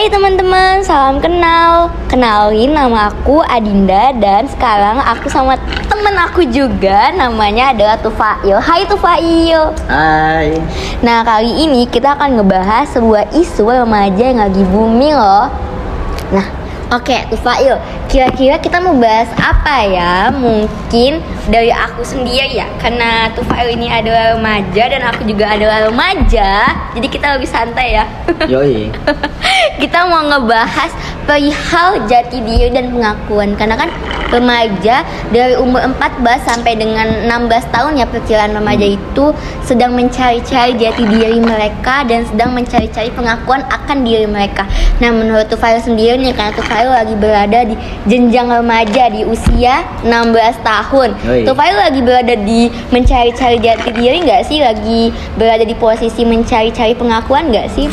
Hai teman-teman, salam kenal. Kenalin, nama aku Adinda dan sekarang aku sama temen aku juga, namanya adalah Tufail. Hai Tufail. Hai. Nah, kali ini kita akan ngebahas sebuah isu remaja yang lagi booming loh. Nah, oke Tufail, kira-kira kita mau bahas apa ya? Mungkin dari aku sendiri ya, karena Tufail ini adalah remaja dan aku juga adalah remaja, jadi kita lebih santai ya. Yoi. Kita mau ngebahas perihal jati diri dan pengakuan. Karena kan remaja dari umur 14 sampai dengan 16 tahun ya, perkiraan remaja itu sedang mencari-cari jati diri mereka dan sedang mencari-cari pengakuan akan diri mereka. Nah, menurut Tufail sendiri nih, karena Tufail lagi berada di jenjang remaja di usia 16 tahun. Yoi. Tufail lagi berada di mencari-cari jati diri nggak sih? Lagi berada di posisi mencari-cari pengakuan nggak sih?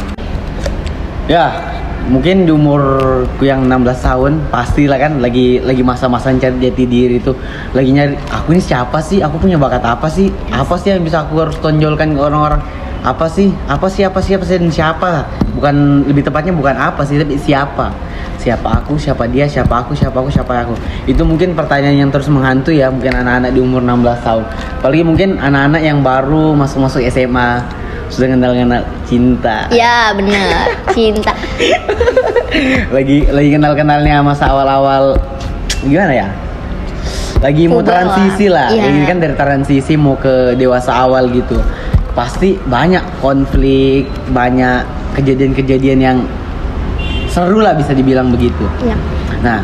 Ya, mungkin di umurku yang 16 tahun pastilah kan lagi masa-masa cari jati diri itu. Lagi nyari, aku ini siapa sih? Aku punya bakat apa sih? Apa sih yang bisa aku harus tonjolkan ke orang-orang? Apa sih dan siapa? Bukan, lebih tepatnya bukan apa sih, tapi siapa? Siapa aku, siapa dia, siapa aku. Itu mungkin pertanyaan yang terus menghantui ya, mungkin anak-anak di umur 16 tahun. Apalagi mungkin anak-anak yang baru masuk SMA, sudah kenal cinta. Ya benar, cinta. lagi kenalnya masa awal-awal, gimana ya? Lagi mau transisi lah. Iya. Ini kan dari transisi mau ke dewasa awal gitu. Pasti banyak konflik, banyak kejadian-kejadian yang seru lah, bisa dibilang begitu. Iya. Nah,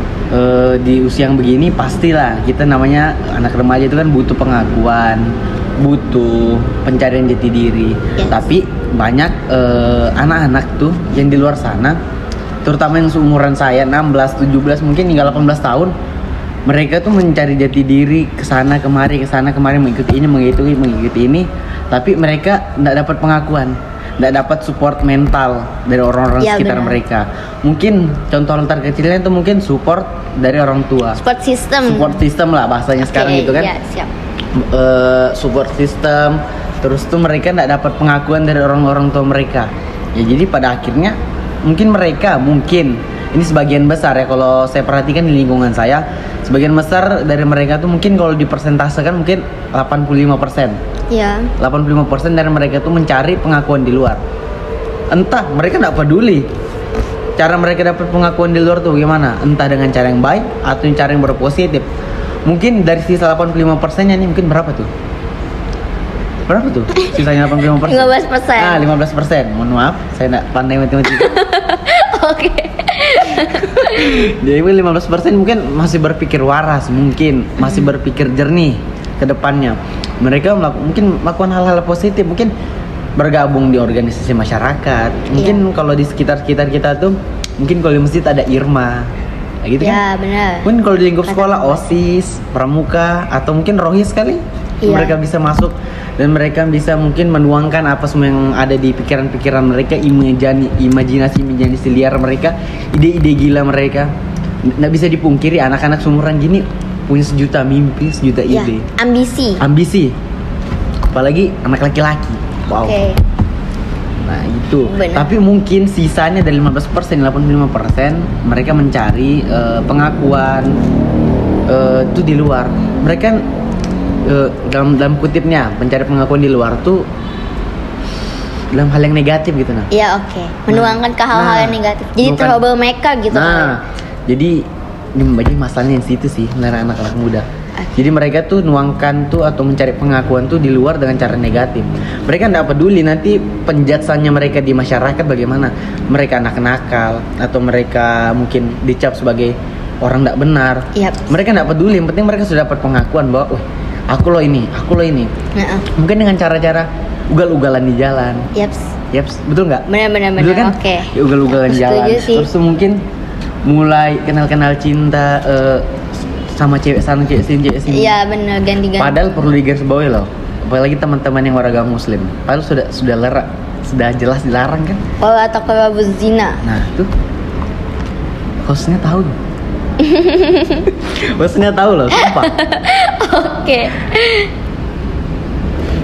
di usia yang begini pastilah kita namanya anak remaja itu kan butuh pengakuan, butuh pencarian jati diri. Yes. Tapi banyak anak-anak tuh yang di luar sana, terutama yang seumuran saya 16, 17 mungkin hingga 18 tahun, mereka tuh mencari jati diri kesana kemari mengikuti ini, tapi mereka tidak dapat pengakuan, tidak dapat support mental dari orang-orang Ya, sekitar benar. mereka. Mungkin contoh terkecilnya itu mungkin support dari orang tua, Support system lah bahasanya sekarang Oke, gitu kan. ya, siap. Support system, terus tuh mereka tidak dapat pengakuan dari orang-orang tua mereka. Ya jadi pada akhirnya mungkin ini sebagian besar ya, kalau saya perhatikan di lingkungan saya, sebagian besar dari mereka tuh mungkin kalau dipersentasekan mungkin 85%. Ya. 85% dari mereka tuh mencari pengakuan di luar. Entah mereka tidak peduli cara mereka dapat pengakuan di luar tuh gimana, entah dengan cara yang baik atau cara yang berpositif. Mungkin dari sisa 85%-nya nih mungkin berapa tuh? Sisanya 85%? 15%. Ah, 15%. Mohon maaf, saya tidak pandai matematika. Oke. Jadi 15% mungkin masih berpikir waras, mungkin masih berpikir jernih ke depannya. Mereka mungkin melakukan hal-hal positif, mungkin bergabung di organisasi masyarakat. Mungkin kalau di sekitar-sekitar kita tuh, mungkin kalau di masjid ada Irma, kayak gitu kan? Ya, benar. Mungkin kalau di lingkup sekolah OSIS, pramuka, atau mungkin rohis kali. Iya. Mereka bisa masuk dan mereka bisa mungkin menuangkan apa semua yang ada di pikiran-pikiran mereka, imajinasi liar mereka, ide-ide gila mereka. Nggak bisa dipungkiri anak-anak seumuran gini punya sejuta mimpi, sejuta Ya, ide. ambisi. Apalagi anak laki-laki. Wow. Oke. Nah itu. Benar. Tapi mungkin sisanya dari 15%, 85% mereka mencari pengakuan itu di luar. Mereka dalam kutipnya mencari pengakuan di luar tuh dalam hal yang negatif gitu nah. Ya, oke. Menuangkan ke hal-hal yang negatif. Jadi menuangkan- troublemaker gitu. Nah, jadi ini masalahnya di situ sih, anak-anak muda. Jadi mereka tuh nuangkan tuh atau mencari pengakuan tuh di luar dengan cara negatif. Mereka tidak peduli nanti penjudgeannya mereka di masyarakat bagaimana. Mereka anak nakal atau mereka mungkin dicap sebagai orang tidak benar. Yap. Mereka tidak peduli, yang penting mereka sudah dapat pengakuan bahwa aku loh ini. Nah, Mungkin dengan cara-cara ugal-ugalan di jalan. Yaps, betul nggak? benar. Betul kan? Oke. Ya, ugal-ugalan di jalan. Setuju sih. Terus tuh mungkin mulai kenal-kenal cinta sama cewek sana cewek sini. Iya, benar, ganti-ganti. Padahal perlu digarisbawahi loh. Apalagi teman-teman yang beragama muslim. Padahal sudah jelas dilarang kan? Kalau atau kalau zina. Nah, tuh hostnya tahu. Hostnya tahu loh, sumpah. Oke.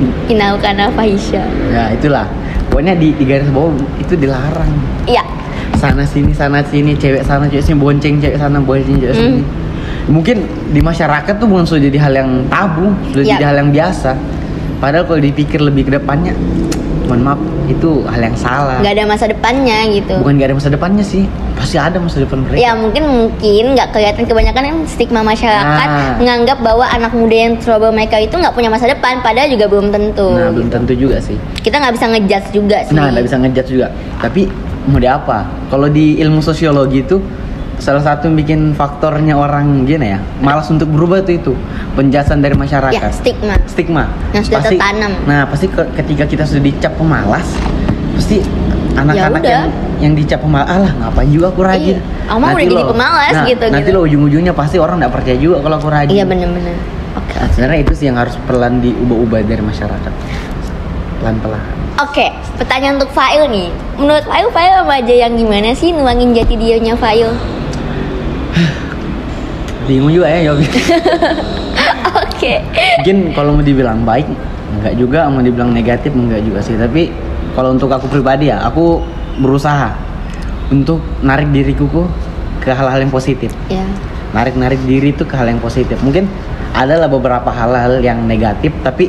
Inaukan Fahisha. Ya, itulah. Pokoknya di garis bawah itu dilarang. Iya. sana sini, cewek sana cewek sini, bonceng cewek sana, bonceng cewek sini. Mungkin di masyarakat tuh bukan sudah jadi hal yang tabu, sudah jadi hal yang biasa. Padahal kalau dipikir lebih ke depannya, mohon maaf, itu hal yang salah. Nggak ada masa depannya gitu. Bukan nggak ada masa depannya sih, pasti ada masa depan mereka. Ya mungkin nggak kelihatan, kebanyakan kan stigma masyarakat menganggap bahwa anak muda yang troublemaker itu nggak punya masa depan, padahal juga belum tentu. Nah, belum tentu juga sih. Kita nggak bisa ngejudge juga sih. Nah, nggak bisa ngejudge juga. Tapi mau di apa? Kalau di ilmu sosiologi itu salah satu yang bikin faktornya orang gini ya, malas untuk berubah itu penjelasan dari masyarakat. Ya, stigma yang sudah pasti, tertanam. Nah, pasti ketika kita sudah dicap pemalas, pasti anak-anak yang dicap pemalas, alah ngapain juga aku rajin. Aku mah udah jadi pemalas gitu. Nanti lo ujung-ujungnya pasti orang nggak percaya juga kalau aku rajin. Iya, benar-benar. Oke. Nah, sebenarnya itu sih yang harus pelan diubah-ubah dari masyarakat. Pelan-pelan. Oke, pertanyaan untuk Fail nih. Menurut Fail remaja yang gimana sih nuangin jati dirinya Fail? Bingung juga ya jawabnya. Oke. Mungkin kalau mau dibilang baik enggak juga, mau dibilang negatif enggak juga sih. Tapi kalau untuk aku pribadi ya, aku berusaha untuk narik diriku ke hal-hal yang positif. Ya. Narik diri itu ke hal yang positif. Mungkin adalah beberapa hal-hal yang negatif, tapi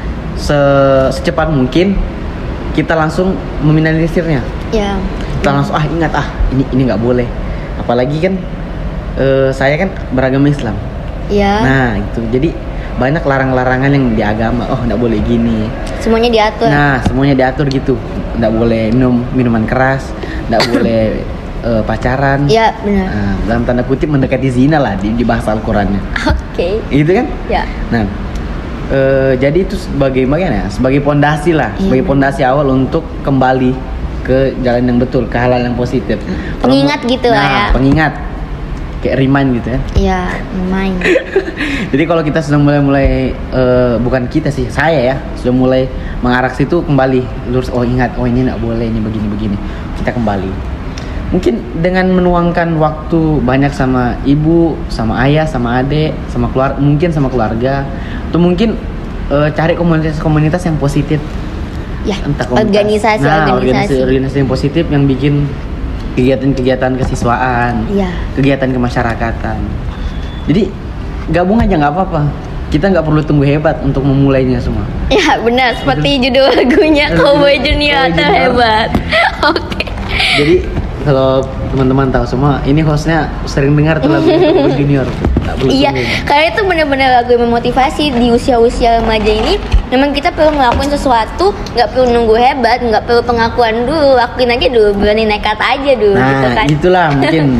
secepat mungkin kita langsung meminimalisirnya. Ya. Kita langsung ingat ini nggak boleh. Apalagi kan saya kan beragama Islam. Ya. Nah itu jadi banyak larang-larangan yang di agama. Oh nggak boleh gini. Semuanya diatur. Nah semuanya diatur gitu. Nggak boleh minum minuman keras. Nggak boleh pacaran. Iya benar. Nah, dalam tanda kutip mendekati zina lah di bahasa Al-Qurannya. Oke. Gitu kan? Ya. Nah jadi itu sebagai bagaimana? Sebagai pondasi lah. Sebagai pondasi awal untuk kembali ke jalan yang betul, ke hal-hal yang positif. Pengingat gitu lah ya. Pengingat. Kayak remind gitu ya. Iya, remind. Jadi kalau kita sudah mulai bukan kita sih, saya ya, sudah mulai mengarah situ kembali lurus, ingat, ini nggak boleh, ini begini. Kita kembali. Mungkin dengan menuangkan waktu banyak sama ibu, sama ayah, sama adik, sama keluarga, mungkin sama keluarga, atau mungkin cari komunitas yang positif. Ya, entah organisasi yang positif yang bikin kegiatan-kegiatan kesiswaan, kegiatan kemasyarakatan. Jadi gabung aja nggak apa-apa. Kita nggak perlu tunggu hebat untuk memulainya semua. Ya benar, seperti judul lagunya Cowboy Junior terhebat. Oke. Jadi kalau teman-teman tahu semua, ini hostnya sering dengar tuh lagu Cowboy Junior. Iya, karena itu benar-benar lagu yang memotivasi di usia-usia remaja ini. Memang kita perlu ngelakuin sesuatu, nggak perlu nunggu hebat, nggak perlu pengakuan dulu, lakuin aja dulu, berani nekat aja dulu. Nah, gitu kan. Itulah mungkin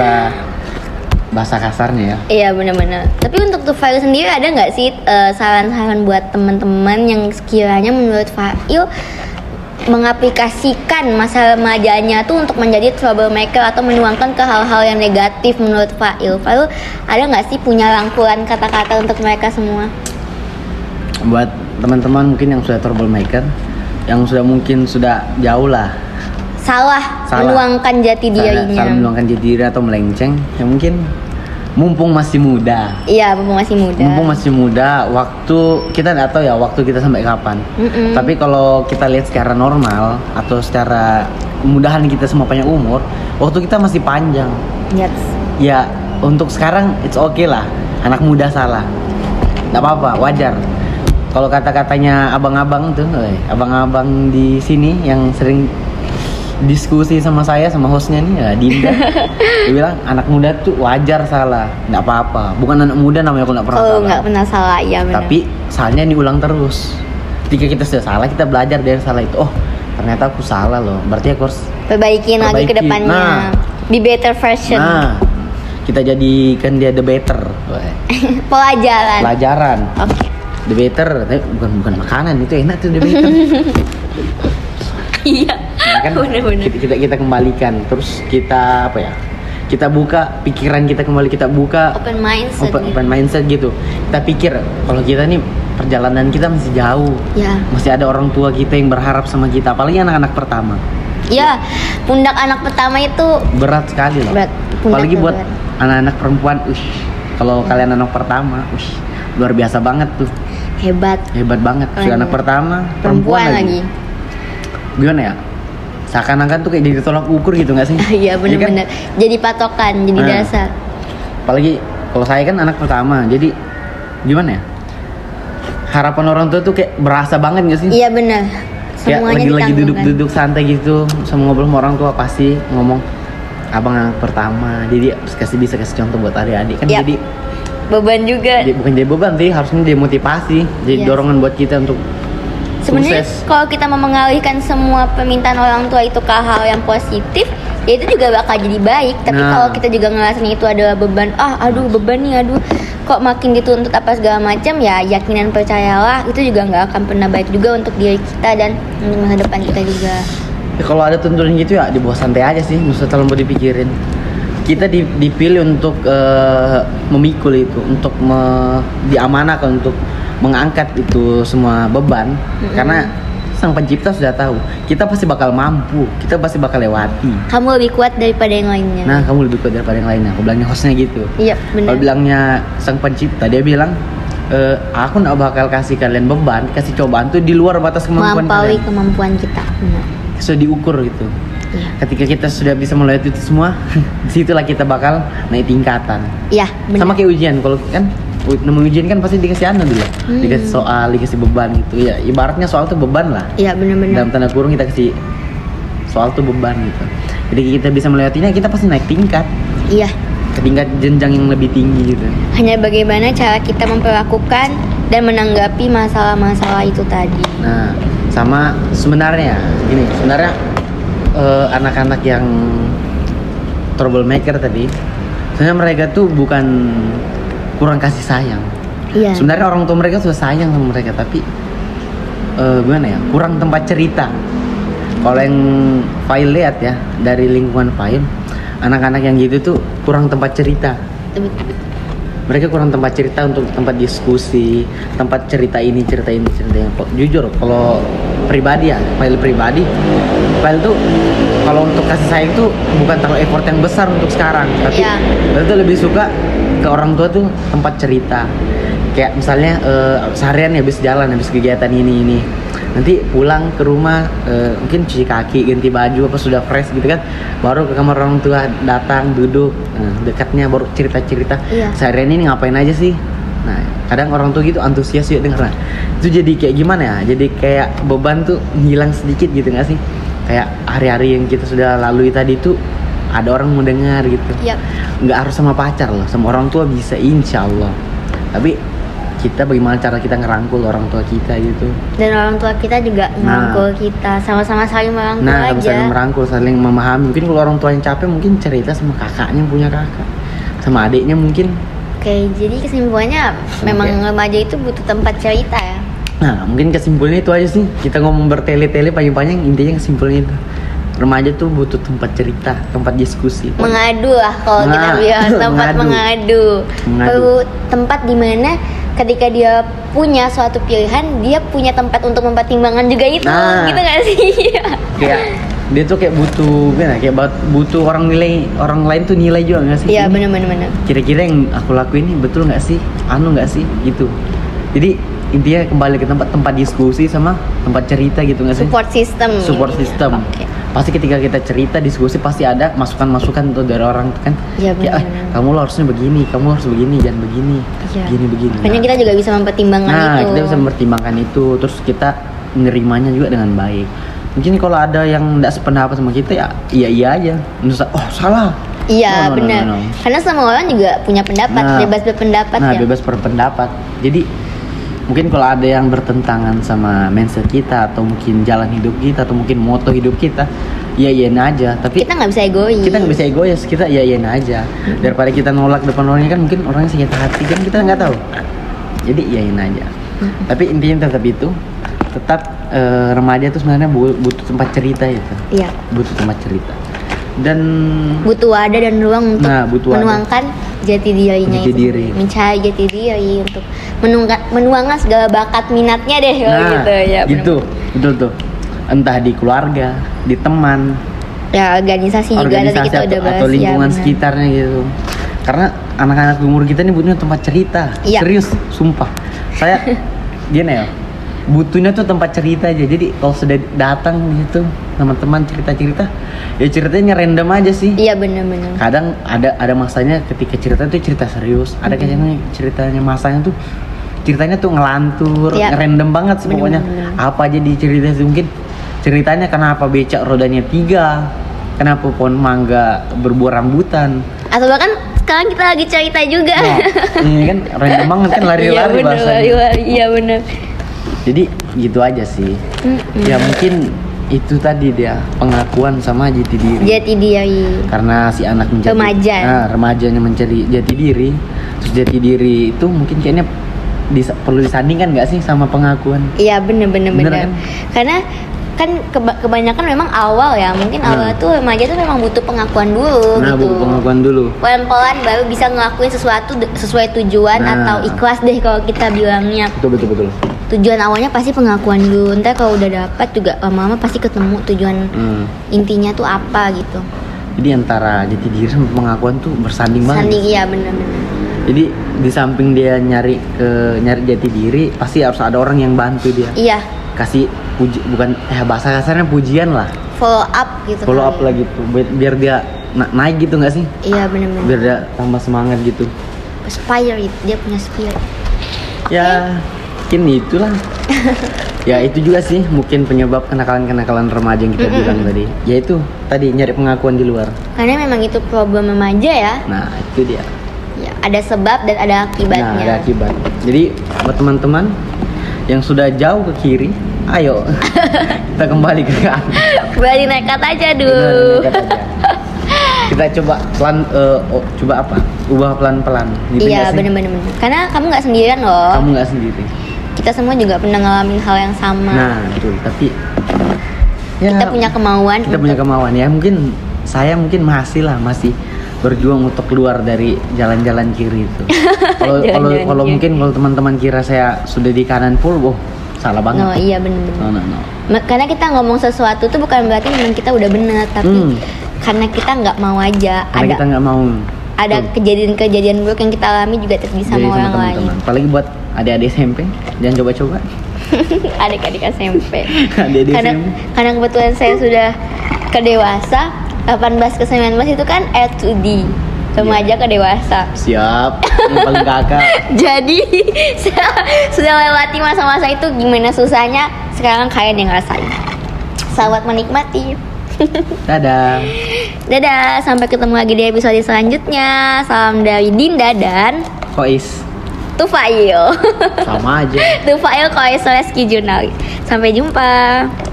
bahasa kasarnya ya. Iya benar-benar. Tapi untuk Fail sendiri ada nggak sih saran-saran buat teman-teman yang sekiranya menurut Fail mengaplikasikan masa remajanya tuh untuk menjadi troublemaker atau menuangkan ke hal-hal yang negatif menurut Fail ada nggak sih punya rangkulan kata-kata untuk mereka semua? Buat teman-teman mungkin yang sudah troublemaker, yang mungkin sudah jauh lah salah menuangkan jati dirinya, salah menuangkan jati diri atau melenceng, ya mungkin mumpung masih muda. Iya, mumpung masih muda. Waktu kita nggak tahu ya waktu kita sampai kapan. Tapi kalau kita lihat secara normal atau secara kemudahan kita semua panjang umur, waktu kita masih panjang. Yes. Ya untuk sekarang it's okay lah. Anak muda salah, nggak apa-apa, wajar. Kalau kata-katanya abang-abang tuh, abang-abang di sini yang sering diskusi sama saya sama hostnya nih ya Dinda, dia bilang anak muda tuh wajar salah, nggak apa-apa. Bukan anak muda namanya aku nggak pernah salah. Nggak pernah salah ya benar. Tapi salahnya diulang terus. Ketika kita sudah salah, kita belajar dari salah itu. Oh ternyata aku salah loh. Berarti aku harus perbaikin lagi ke depannya. Nah, be better version. Nah, kita jadikan dia the better. Pelajaran. Oke. The better, tapi bukan makanan itu enak tuh the better. Iya. Kan bener-bener. Kita kembalikan, terus kita apa ya? Kita buka pikiran kita kembali, kita buka open mindset gitu. Kita pikir kalau kita nih perjalanan kita masih jauh. Ya. Masih ada orang tua kita yang berharap sama kita, apalagi anak-anak pertama. Ya, pundak anak pertama itu berat sekali loh. Apalagi buat anak-anak perempuan. Kalau kalian anak pertama, luar biasa banget tuh. Hebat banget. Sudah anak pertama, perempuan lagi. Gimana ya? seakan-akan tuh kayak jadi tolak ukur gitu nggak sih? Iya benar-benar. Jadi patokan, jadi dasar. Apalagi kalau saya kan anak pertama, jadi gimana ya? Harapan orang tua tuh kayak berasa banget nggak sih? Iya benar. Kayak Semuanya lagi ditanggungan. duduk santai gitu, sama ngobrol sama orang tua pasti ngomong abang anak pertama, jadi harus bisa kasih contoh buat adik-adik kan. Yap. Jadi Beban juga. bukan jadi beban sih, harusnya dia motivasi, jadi Yes. dorongan buat kita untuk Sebenarnya sukses. kalau kita mau mengalihkan semua permintaan orang tua itu ke hal yang positif, ya itu juga bakal jadi baik. Tapi Nah. kalau kita juga ngerasain itu adalah beban, aduh beban nih, aduh kok makin dituntut apa segala macam, ya yakinan percayalah itu juga nggak akan pernah baik juga untuk diri kita dan untuk masa depan kita juga. Ya, kalau ada tuntunan gitu ya dibawa santai aja sih, nggak usah terlalu dipikirin. Kita dipilih untuk memikul itu, untuk diamanahkan untuk mengangkat itu semua beban, karena Sang Pencipta sudah tahu kita pasti bakal mampu, kita pasti bakal lewati. Kamu lebih kuat daripada yang lainnya. Nah, kamu lebih kuat daripada yang lainnya. Aku bilangnya hostnya gitu. Iya Kalau benar. bilangnya Sang Pencipta, dia bilang aku nggak bakal kasih kalian beban, kasih cobaan tuh di luar batas kemampuan Melampaui kalian. kemampuan kita. Benar. Sudah diukur gitu. Iya. Ketika kita sudah bisa melewati itu semua, disitulah kita bakal naik tingkatan. Iya benar. Sama kayak ujian, kalau kan namanya ujian kan pasti dikasih dulu, dikasih soal, dikasih beban gitu ya. Ibaratnya soal tuh beban lah. Iya benar-benar. Dalam tanda kurung kita kasih soal tuh beban gitu. Jadi kita bisa melewatinya, kita pasti naik tingkat, Iya. ke tingkat jenjang yang lebih tinggi gitu. Hanya bagaimana cara kita memperlakukan dan menanggapi masalah-masalah itu tadi. Nah, sama sebenarnya gini, sebenarnya anak-anak yang troublemaker tadi, sebenarnya mereka tuh bukan kurang kasih sayang. Iya. Sebenarnya orang tua mereka sudah sayang sama mereka, tapi gimana ya, kurang tempat cerita. Kalau yang File lihat ya, dari lingkungan File, anak-anak yang gitu tuh kurang tempat cerita. Mereka kurang tempat cerita untuk tempat diskusi, tempat cerita ini, cerita ini, cerita ini. Kok jujur, kalau pribadi ya, File pribadi, File tuh kalau untuk kasih sayang tuh bukan terlalu effort yang besar untuk sekarang, tapi Iya. File tuh lebih suka ke orang tua tuh tempat cerita. Kayak misalnya seharian habis jalan, habis kegiatan ini, nanti pulang ke rumah mungkin cuci kaki, ganti baju apa sudah fresh gitu kan, baru ke kamar orang tua, datang duduk dekatnya, baru cerita-cerita Iya. seharian ini ngapain aja sih. Nah, kadang orang tua gitu antusias ya denger. Nah, itu jadi kayak gimana ya, jadi kayak beban tuh hilang sedikit gitu nggak sih, kayak hari-hari yang kita sudah lalui tadi tuh ada orang mau dengar gitu. Yap. Nggak harus sama pacar loh, sama orang tua bisa insya Allah. Tapi kita bagaimana cara kita ngerangkul orang tua kita gitu. Dan orang tua kita juga merangkul kita, sama-sama saling merangkul Nah, aja. saling merangkul, saling memahami. Mungkin kalau orang tua yang capek mungkin cerita sama kakaknya yang punya kakak, sama adiknya mungkin. Oke, jadi kesimpulannya memang remaja itu butuh tempat cerita ya. Nah, mungkin kesimpulannya itu aja sih. Kita ngomong bertele-tele panjang-panjang, intinya kesimpulannya itu. Remaja tuh butuh tempat cerita, tempat diskusi. Mengadu lah kalau kita Nah, bilang, tempat mengadu. Mengadu. Perlu tempat di mana ketika dia punya suatu pilihan, dia punya tempat untuk mempertimbangkan juga itu. Nah. Gitu gak sih? Kayak dia tuh kayak butuh gimana? Kayak butuh orang lain tuh nilai juga nggak sih? Iya, Ini benar-benar. kira-kira yang aku lakuin ini betul nggak sih, nggak sih gitu. Jadi intinya kembali ke tempat diskusi sama tempat cerita gitu nggak sih? Support system. Oke. Pasti ketika kita cerita diskusi pasti ada masukan tuh dari orang tuh kan. Iya, Kayak, benar-benar. kamu lo harusnya begini, kamu harus begini, jangan begini, Iya. begini. Makanya kita juga bisa mempertimbangkan Nah, itu. kita bisa mempertimbangkan itu, terus kita menerimanya juga dengan baik. Mungkin kalau ada yang tidak sependapat sama kita ya iya aja. Nusa, oh salah. Iya, No. benar. Karena semua orang juga punya pendapat, Nah, bebas berpendapat Nah, ya. bebas berpendapat. Jadi mungkin kalau ada yang bertentangan sama mindset kita, atau mungkin jalan hidup kita, atau mungkin moto hidup kita, ya iyain aja. Tapi Kita nggak bisa egois. kita nggak bisa egois, kita ya iyain aja. Daripada kita nolak depan orangnya, kan mungkin orangnya sakit hati, kan kita nggak tahu. Jadi iyain aja. Tapi intinya tetap itu, remaja tuh sebenarnya butuh tempat cerita itu, Iya. butuh tempat cerita. Dan Butuh wadah dan ruang untuk Nah, butuh wadah. menuangkan jati dirinya Jati itu. diri. Mencari jati diri untuk menuangkan segala bakat minatnya deh kalau gitu ya. gitu, betul tuh. Entah di keluarga, di teman, Ya organisasi juga tadi organisasi kita udah bahas atau lingkungan ya, benar. sekitarnya gitu. Karena anak-anak umur kita ini butuhnya tempat cerita. Iya. Serius, sumpah. Saya gini ya, butuhnya tuh tempat cerita aja. Jadi kalau sudah datang gitu, teman-teman cerita-cerita, ya ceritanya random aja sih. Iya benar-benar. Kadang ada masanya ketika cerita tuh cerita serius, ada kayaknya ceritanya masanya tuh ceritanya tuh ngelantur, Iya. random banget sih pokoknya. Bener-bener. Apa aja di cerita sih, mungkin ceritanya kenapa becak rodanya 3, kenapa pohon mangga berbuah rambutan. Atau bahkan sekarang kita lagi cerita juga. Nah, ini kan random banget kan, Iya lari-lari benar, bahasanya. lari-lari. Iya benar. Jadi gitu aja sih. Ya mungkin itu tadi dia pengakuan sama jati diri. Jati diri. Karena si anak menjadi Remaja. remajanya mencari jati diri. Terus jati diri itu mungkin kayaknya perlu disandingkan nggak sih sama pengakuan? Iya benar-benar. Bener kan? Karena kan kebanyakan memang awal ya, mungkin awal tuh remaja tuh memang butuh pengakuan dulu Nah, gitu. butuh pengakuan dulu. Pelan-pelan baru bisa ngelakuin sesuatu sesuai tujuan Nah. atau ikhlas deh kalau kita bilangnya. Betul. Tujuan awalnya pasti pengakuan dulu. Ntar kalau udah dapat juga lama-lama pasti ketemu tujuan intinya tuh apa gitu. Jadi antara jati diri sama pengakuan tuh bersanding banget. Sanding, iya benar-benar. Jadi di samping dia nyari jati diri, pasti harus ada orang yang bantu dia. Iya, Kasih bukan bahasa kasarnya pujian lah. follow up gitu. Follow up kali. lah gitu. Biar dia naik gitu nggak sih? Iya benar-benar. Biar dia tambah semangat gitu. Spirit, dia punya spirit. Ya mungkin itulah. Ya itu juga sih mungkin penyebab kenakalan remaja yang kita bilang tadi. Yaitu tadi nyari pengakuan di luar. Karena memang itu problem remaja ya. Nah itu dia. Ya, ada sebab dan ada akibatnya. Nah ada akibat. Jadi buat teman-teman yang sudah jauh ke kiri, ayo kita kembali ke kanan. Berani nekat aja Benar, duh. nekat aja. Kita coba coba apa? Ubah pelan-pelan. Gitu Iya nggak sih? benar-benar. Karena kamu nggak sendirian loh. Kamu nggak sendiri. Kita semua juga pernah ngalamin hal yang sama. Nah betul. Tapi ya, Kita punya kemauan. kita punya kemauan ya. Mungkin saya masih berjuang untuk keluar dari jalan-jalan kiri itu. Jalan-jalan Kalau kiri. mungkin kalau teman-teman kira saya sudah di kanan full, salah banget. No, iya benar-benar. No. Karena kita ngomong sesuatu tuh bukan berarti memang kita udah benar, tapi karena kita nggak mau aja. Karena kita nggak mau. Ada kejadian-kejadian buruk yang kita alami juga terjadi sama Jadi orang lain. teman-teman. Apalagi buat adik-adik SMP, jangan coba-coba. Adik-adik SMP. Adik-adik karena SMP. karena kebetulan saya sudah kedewasa, 18 ke 19 itu kan R2D, remaja ke dewasa. Siap, yang paling kakak. Jadi saya sudah lewati masa-masa itu, gimana susahnya sekarang kalian yang ngerasain. Selamat menikmati. Dadah. Dadah, sampai ketemu lagi di episode selanjutnya. Salam dari Dinda dan Kois. Tufail. Sama aja. Tufail Kois Reski Jurnal. Sampai jumpa.